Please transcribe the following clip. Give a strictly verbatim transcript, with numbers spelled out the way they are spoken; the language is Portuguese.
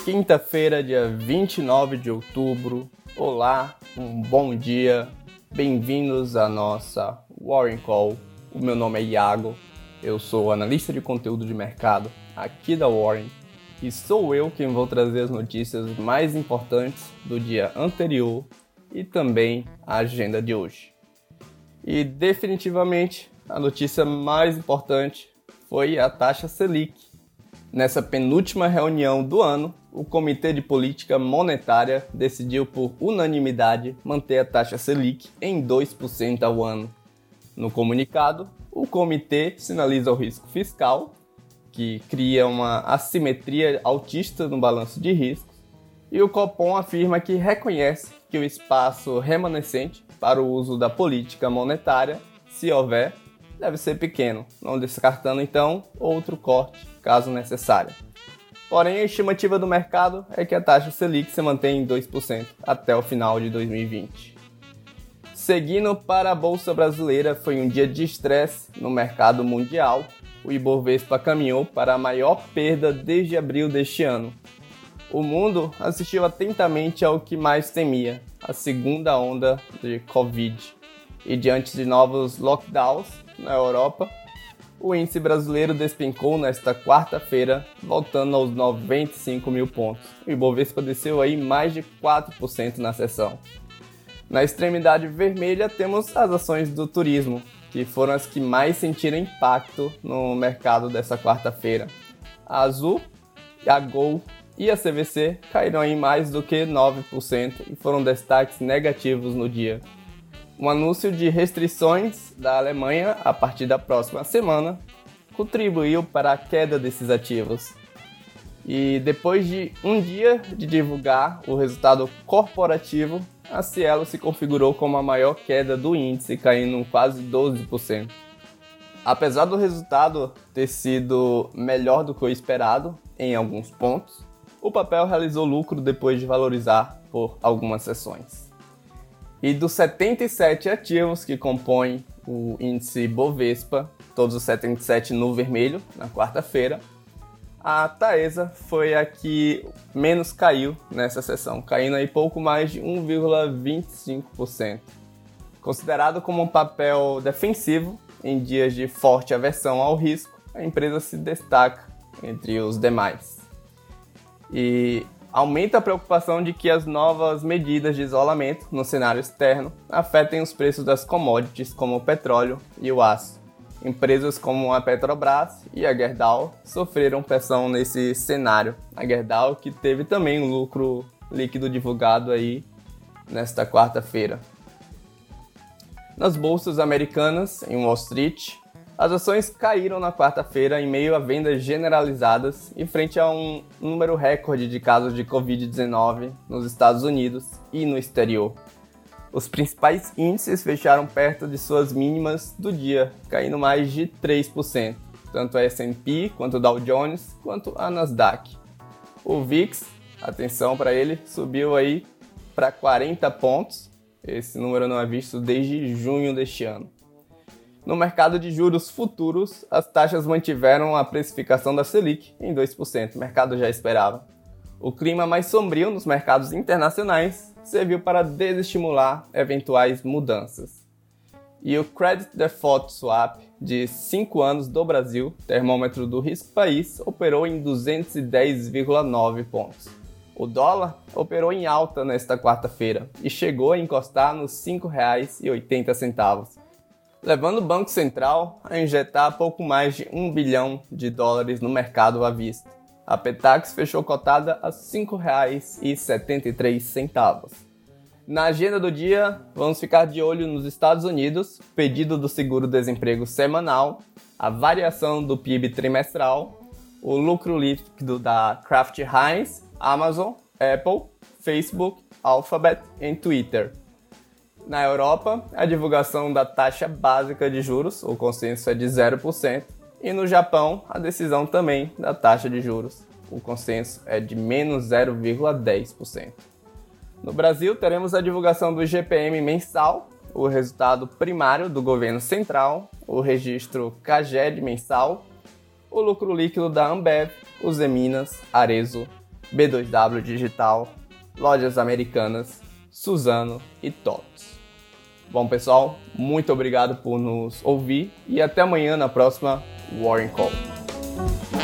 Quinta-feira, dia vinte e nove de outubro. Olá, um bom dia. Bem-vindos à nossa Warren Call. O meu nome é Iago, eu sou analista de conteúdo de mercado aqui da Warren e sou eu quem vou trazer as notícias mais importantes do dia anterior e também a agenda de hoje. E definitivamente a notícia mais importante foi a taxa Selic. Nessa penúltima reunião do ano, o Comitê de Política Monetária decidiu por unanimidade manter a taxa Selic em dois por cento ao ano. No comunicado, o comitê sinaliza o risco fiscal, que cria uma assimetria altista no balanço de riscos, e o Copom afirma que reconhece que o espaço remanescente para o uso da política monetária, se houver, deve ser pequeno, não descartando então outro corte, caso necessário. Porém, a estimativa do mercado é que a taxa Selic se mantém em dois por cento até o final de dois mil e vinte. Seguindo para a Bolsa Brasileira, foi um dia de estresse no mercado mundial. O Ibovespa caminhou para a maior perda desde abril deste ano. O mundo assistiu atentamente ao que mais temia, a segunda onda de Covid. E diante de novos lockdowns na Europa, o índice brasileiro despencou nesta quarta-feira, voltando aos noventa e cinco mil pontos. O Ibovespa desceu aí mais de quatro por cento na sessão. Na extremidade vermelha temos as ações do turismo, que foram as que mais sentiram impacto no mercado dessa quarta-feira. A Azul, a Gol e a C V C caíram em mais do que nove por cento e foram destaques negativos no dia. Um anúncio de restrições da Alemanha a partir da próxima semana contribuiu para a queda desses ativos. E depois de um dia de divulgar o resultado corporativo, a Cielo se configurou como a maior queda do índice, caindo quase doze por cento. Apesar do resultado ter sido melhor do que o esperado em alguns pontos, o papel realizou lucro depois de valorizar por algumas sessões. E dos setenta e sete ativos que compõem o índice Bovespa, todos os setenta e sete no vermelho, na quarta-feira, a Taesa foi a que menos caiu nessa sessão, caindo aí pouco mais de um vírgula vinte e cinco por cento. Considerado como um papel defensivo, em dias de forte aversão ao risco, a empresa se destaca entre os demais. E aumenta a preocupação de que as novas medidas de isolamento no cenário externo afetem os preços das commodities como o petróleo e o aço. Empresas como a Petrobras e a Gerdau sofreram pressão nesse cenário. A Gerdau que teve também um lucro líquido divulgado aí nesta quarta-feira. Nas bolsas americanas, em Wall Street, as ações caíram na quarta-feira em meio a vendas generalizadas e frente a um número recorde de casos de covid dezenove nos Estados Unidos e no exterior. Os principais índices fecharam perto de suas mínimas do dia, caindo mais de três por cento, tanto a S and P quanto o Dow Jones, quanto a Nasdaq. O V I X, atenção para ele, subiu aí para quarenta pontos, esse número não é visto desde junho deste ano. No mercado de juros futuros, as taxas mantiveram a precificação da Selic em dois por cento, o mercado já esperava. O clima mais sombrio nos mercados internacionais serviu para desestimular eventuais mudanças. E o Credit Default Swap de cinco anos do Brasil, termômetro do risco país, operou em duzentos e dez vírgula nove pontos. O dólar operou em alta nesta quarta-feira e chegou a encostar nos cinco reais e oitenta centavos. Levando o Banco Central a injetar pouco mais de um bilhão de dólares no mercado à vista. A Petax fechou cotada a cinco reais e setenta e três centavos. Na agenda do dia, vamos ficar de olho nos Estados Unidos, pedido do seguro-desemprego semanal, a variação do P I B trimestral, o lucro líquido da Kraft Heinz, Amazon, Apple, Facebook, Alphabet e Twitter. Na Europa, a divulgação da taxa básica de juros, o consenso é de zero por cento, e no Japão, a decisão também da taxa de juros, o consenso é de menos zero vírgula dez por cento. No Brasil, teremos a divulgação do I G P M mensal, o resultado primário do governo central, o registro CAGED mensal, o lucro líquido da Ambev, Useminas, Arezzo B dois W Digital, Lojas Americanas, Suzano e Tops. Bom, pessoal, muito obrigado por nos ouvir e até amanhã na próxima Warren Call.